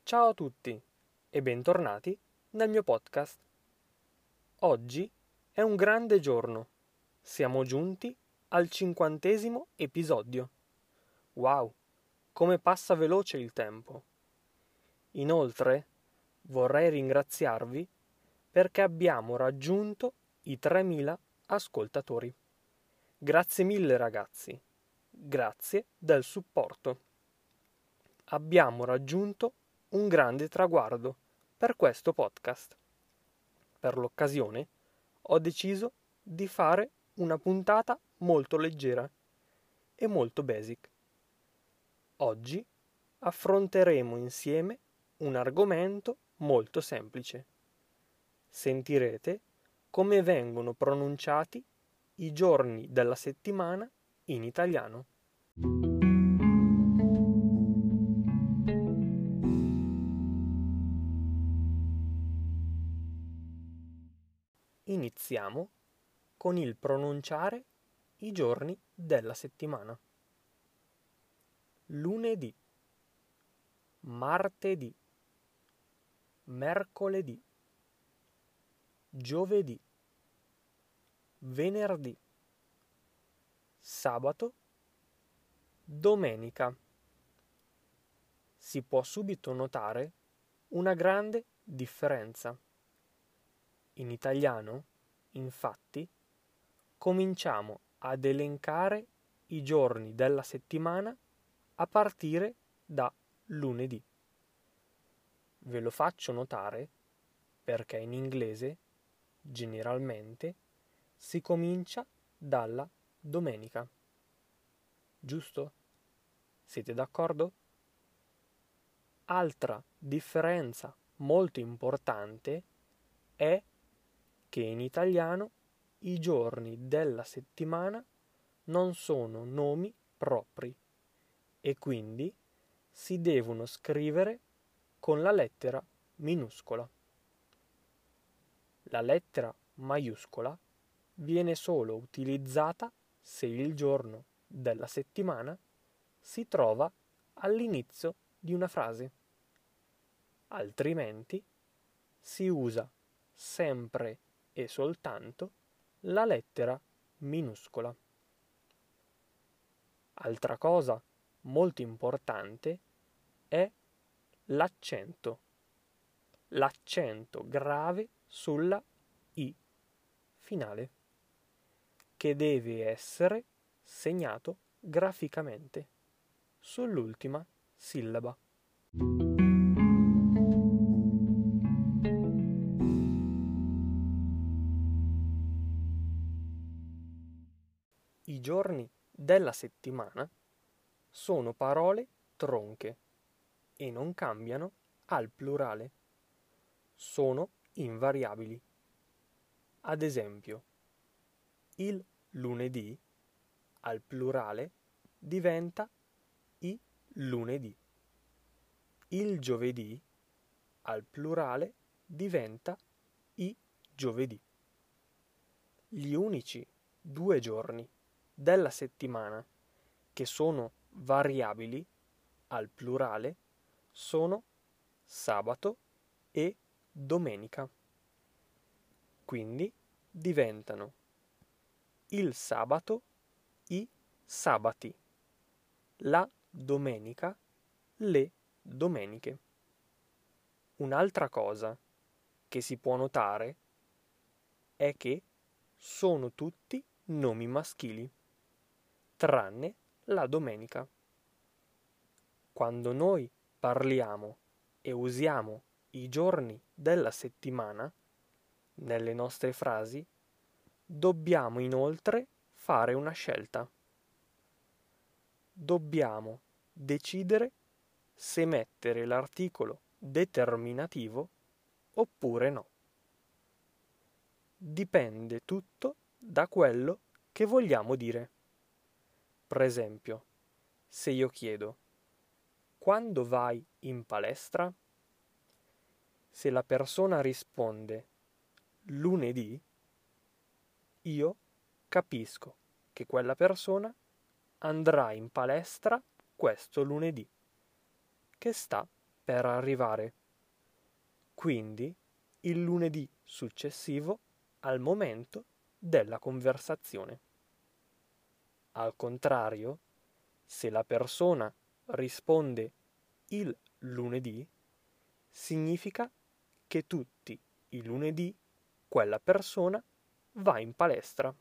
Ciao a tutti e bentornati nel mio podcast. Oggi è un grande giorno. Siamo giunti al 50° episodio. Wow, come passa veloce il tempo. Inoltre, vorrei ringraziarvi perché abbiamo raggiunto i 3000 ascoltatori. Grazie mille ragazzi. Grazie del supporto. Abbiamo raggiunto un grande traguardo per questo podcast. Per l'occasione ho deciso di fare una puntata molto leggera e molto basic. Oggi affronteremo insieme un argomento molto semplice. Sentirete come vengono pronunciati i giorni della settimana in italiano. Iniziamo con il pronunciare i giorni della settimana. Lunedì, martedì, mercoledì, giovedì, venerdì, sabato, domenica. Si può subito notare una grande differenza. In italiano, infatti, cominciamo ad elencare i giorni della settimana a partire da lunedì. Ve lo faccio notare perché in inglese, generalmente, si comincia dalla domenica. Giusto? Siete d'accordo? Altra differenza molto importante è che in italiano i giorni della settimana non sono nomi propri e quindi si devono scrivere con la lettera minuscola. La lettera maiuscola viene solo utilizzata se il giorno della settimana si trova all'inizio di una frase. Altrimenti si usa sempre e soltanto la lettera minuscola. Altra cosa molto importante è l'accento. L'accento grave sulla I finale, che deve essere segnato graficamente sull'ultima sillaba. I giorni della settimana sono parole tronche e non cambiano al plurale. Sono invariabili. Ad esempio, il lunedì al plurale diventa i lunedì. Il giovedì al plurale diventa i giovedì. Gli unici 2 giorni della settimana che sono variabili al plurale sono sabato e domenica. Quindi diventano il sabato i sabati, la domenica le domeniche. Un'altra cosa che si può notare è che sono tutti nomi maschili, tranne la domenica. Quando noi parliamo e usiamo i giorni della settimana nelle nostre frasi, dobbiamo inoltre fare una scelta. Dobbiamo decidere se mettere l'articolo determinativo oppure no. Dipende tutto da quello che vogliamo dire. Per esempio, se io chiedo quando vai in palestra? Se la persona risponde lunedì, io capisco che quella persona andrà in palestra questo lunedì, che sta per arrivare. Quindi il lunedì successivo al momento della conversazione. Al contrario, se la persona risponde il lunedì, significa che tutti i lunedì quella persona va in palestra.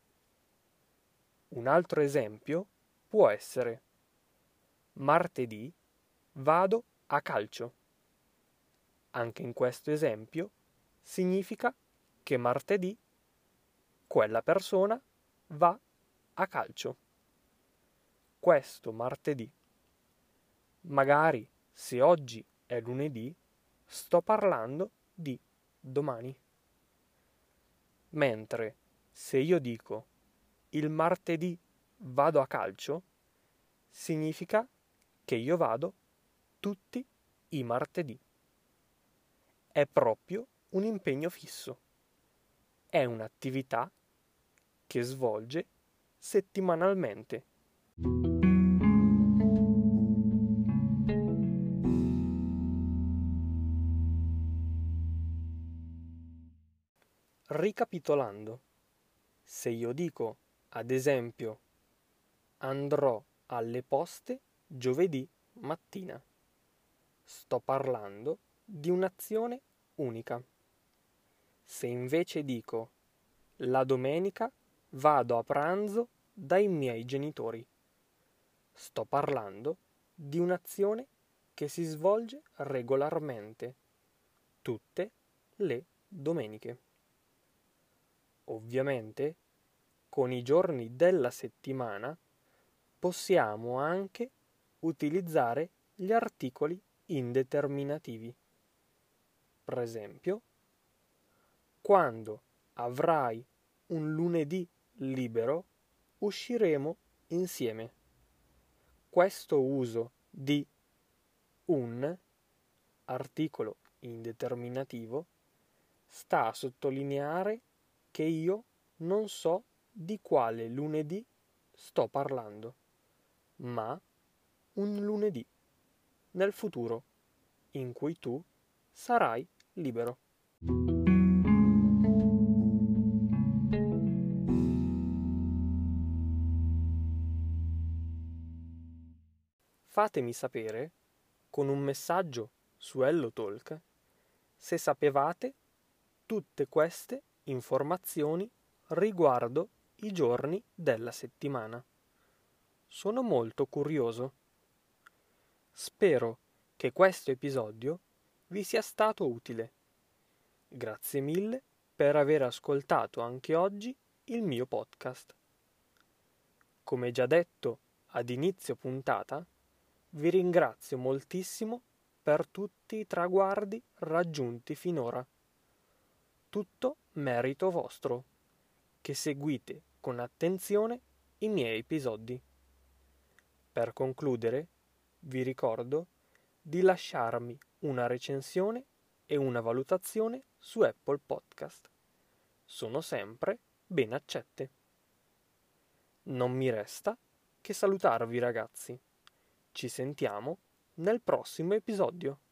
Un altro esempio può essere: martedì vado a calcio. Anche in questo esempio significa che martedì quella persona va a calcio. Questo martedì. Magari se oggi è lunedì, sto parlando di domani. Mentre se io dico il martedì vado a calcio, significa che io vado tutti i martedì. È proprio un impegno fisso. È un'attività che svolge settimanalmente. Ricapitolando, se io dico, ad esempio, andrò alle poste giovedì mattina, sto parlando di un'azione unica. Se invece dico, la domenica vado a pranzo dai miei genitori, sto parlando di un'azione che si svolge regolarmente, tutte le domeniche. Ovviamente, con i giorni della settimana possiamo anche utilizzare gli articoli indeterminativi. Per esempio, quando avrai un lunedì libero, usciremo insieme. Questo uso di un articolo indeterminativo sta a sottolineare che io non so di quale lunedì sto parlando, ma un lunedì nel futuro in cui tu sarai libero. Fatemi sapere con un messaggio su HelloTalk se sapevate tutte queste informazioni riguardo i giorni della settimana. Sono molto curioso. Spero che questo episodio vi sia stato utile. Grazie mille per aver ascoltato anche oggi il mio podcast. Come già detto ad inizio puntata, vi ringrazio moltissimo per tutti i traguardi raggiunti finora. Tutto merito vostro, che seguite con attenzione i miei episodi. Per concludere, vi ricordo di lasciarmi una recensione e una valutazione su Apple Podcast. Sono sempre ben accette. Non mi resta che salutarvi, ragazzi. Ci sentiamo nel prossimo episodio.